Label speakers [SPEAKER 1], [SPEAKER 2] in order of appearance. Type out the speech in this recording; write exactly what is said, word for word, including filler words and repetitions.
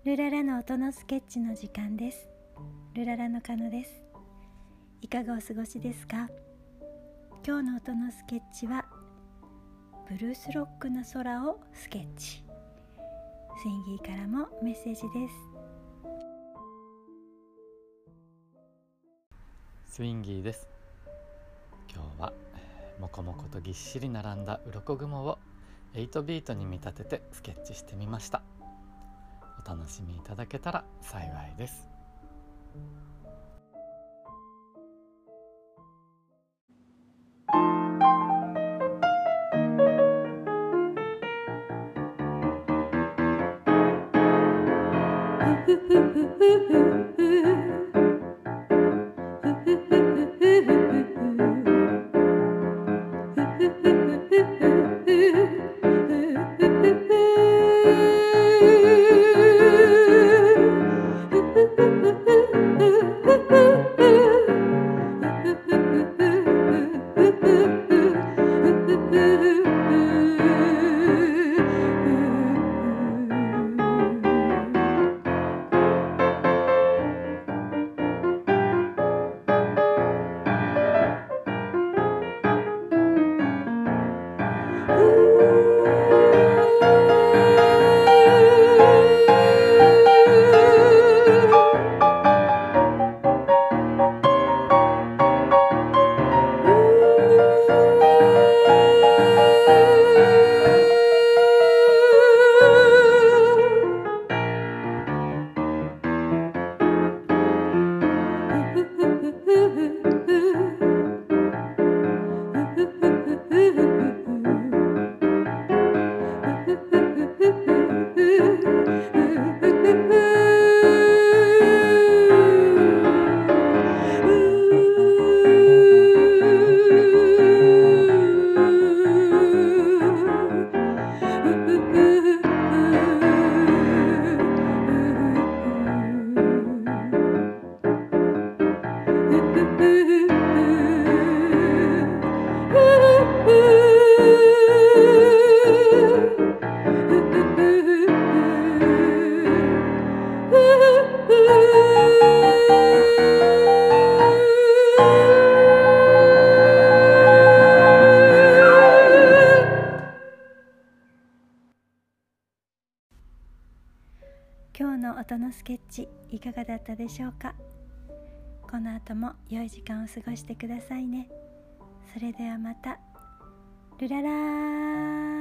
[SPEAKER 1] ルララの音のスケッチの時間です。ルララのカノです。いかがお過ごしですか？今日の音のスケッチはブルースロックな空をスケッチ。スインギーからもメッセージです。
[SPEAKER 2] スインギーです。今日はもこもことぎっしり並んだ鱗雲をエイトビートに見立ててスケッチしてみました。お楽しみいただけたら幸いです。
[SPEAKER 1] 今日の音のスケッチいかがだったでしょうか？この後も良い時間を過ごしてくださいね。それではまた。ルララー。